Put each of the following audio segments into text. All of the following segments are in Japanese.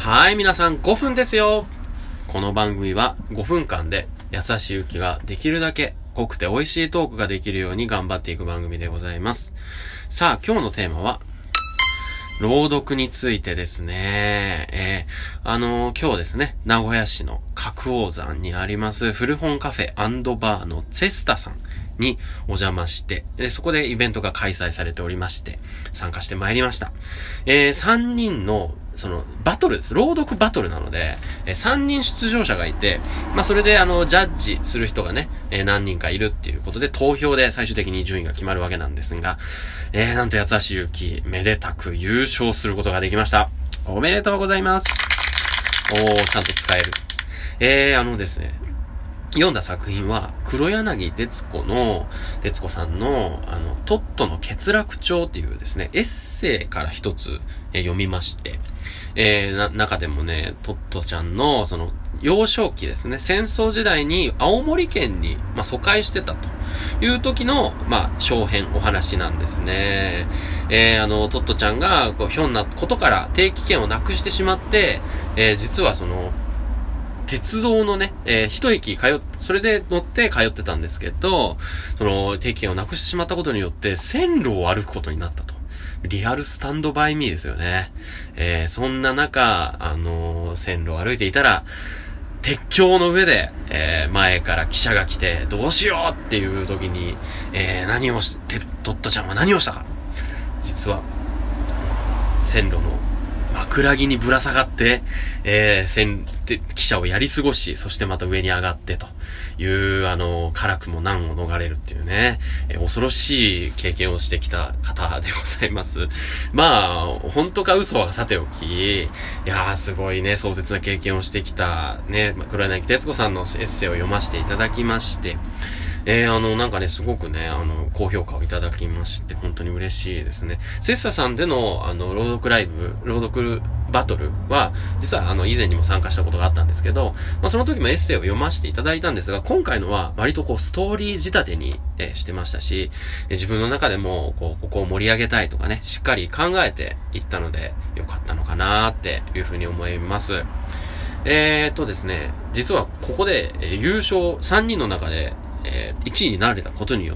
はい、皆さん5分ですよ。この番組は5分間で八橋ゆきができるだけ濃くて美味しいトークができるように頑張っていく番組でございます。さあ、今日のテーマは朗読についてですね。今日ですね、名古屋市の角王山にあります古本カフェ&バーのツェスタさんにお邪魔して、そこでイベントが開催されておりまして、参加してまいりました。3人のバトルです。朗読バトルなので、3人出場者がいて、それでジャッジする人がね、何人かいるっていうことで、投票で最終的に順位が決まるわけなんですが、なんと八橋ゆき、めでたく優勝することができました。おめでとうございます。ちゃんと使える。ですね、読んだ作品は、黒柳徹子さんの、トットの欠落帳っていうですね、エッセイから一つ、読みまして、中でもね、トットちゃんの、幼少期ですね、戦争時代に青森県に、疎開してたという時の、小編お話なんですね。トットちゃんが、ひょんなことから定期券をなくしてしまって、実は鉄道のね、一駅それで乗って通ってたんですけど、定期券をなくしてしまったことによって、線路を歩くことになったと。リアルスタンドバイミーですよね。そんな中、線路を歩いていたら、鉄橋の上で、前から汽車が来て、どうしようっていう時に、トットちゃんは何をしたか。実は、線路の枕木にぶら下がって、汽車をやり過ごし、そしてまた上に上がってという、辛くも難を逃れるっていうね、恐ろしい経験をしてきた方でございます。本当か嘘はさておき、いやーすごいね、壮絶な経験をしてきたね、黒柳徹子さんのエッセイを読ませていただきまして、なんかね、すごくね、高評価をいただきまして、本当に嬉しいですね。セッサさんでの、朗読バトルは、実は、以前にも参加したことがあったんですけど、その時もエッセイを読ませていただいたんですが、今回のは、割とストーリー仕立てに、してましたし、自分の中でも、ここを盛り上げたいとかね、しっかり考えていったので、よかったのかなっていうふうに思います。ですね、実はここで、優勝3人の中で、1位になれたことによって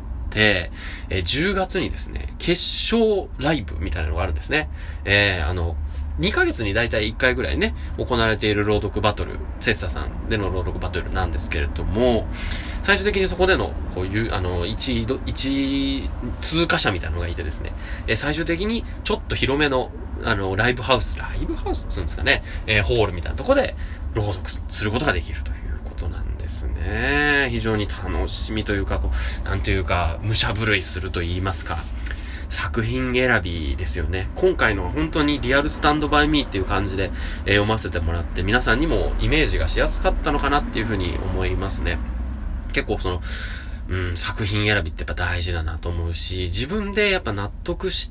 、10月にですね、決勝ライブみたいなのがあるんですね。2ヶ月にだいたい1回ぐらいね、行われている朗読バトル、セッサさんでの朗読バトルなんですけれども、最終的にそこでの、一通過者みたいなのがいてですね、最終的にちょっと広めの、ライブハウスって言うんですかね、ホールみたいなところで朗読することができるということなんですね。非常に楽しみというか、武者震いすると言いますか、作品選びですよね。今回のは本当にリアルスタンドバイミーっていう感じで、読ませてもらって、皆さんにもイメージがしやすかったのかなっていうふうに思いますね。結構作品選びってやっぱ大事だなと思うし、自分でやっぱ納得して、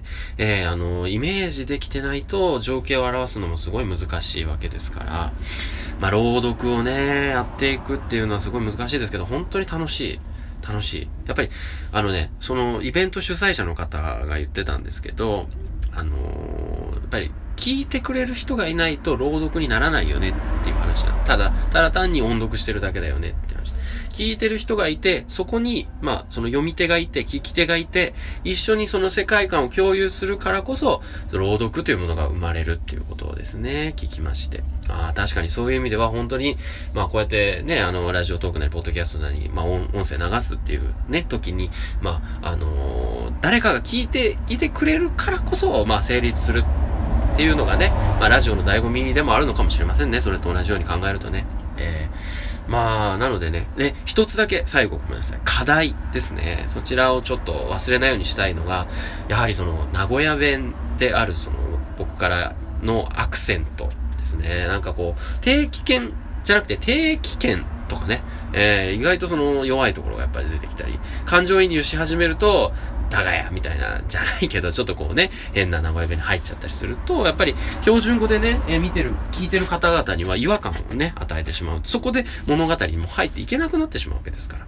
イメージできてないと情景を表すのもすごい難しいわけですから、朗読をね、やっていくっていうのはすごい難しいですけど、本当に楽しい。やっぱり、イベント主催者の方が言ってたんですけど、やっぱり、聞いてくれる人がいないと朗読にならないよねっていう話なの。ただ単に音読してるだけだよねっていう話。聞いてる人がいて、そこに、読み手がいて、聞き手がいて、一緒にその世界観を共有するからこそ、朗読というものが生まれるっていうことをですね、聞きまして。確かにそういう意味では本当に、こうやってね、ラジオトークなり、ポッドキャストなり、音声流すっていうね、時に、誰かが聞いていてくれるからこそ、成立するっていうのがね、ラジオの醍醐味でもあるのかもしれませんね。それと同じように考えるとね。なのでね、一つだけ最後ごめんなさい。課題ですね。そちらをちょっと忘れないようにしたいのが、やはり名古屋弁である僕からのアクセントですね。定期券じゃなくて定期券とかね、意外と弱いところがやっぱり出てきたり、感情移入し始めると、だがやみたいな、じゃないけど、ちょっと変な名古屋弁に入っちゃったりすると、やっぱり標準語でね、聞いてる方々には違和感をね、与えてしまう。そこで物語にも入っていけなくなってしまうわけですから、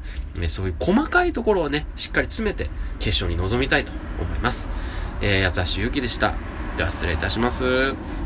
そういう細かいところをね、しっかり詰めて、決勝に臨みたいと思います。八橋ゆきでした。では失礼いたします。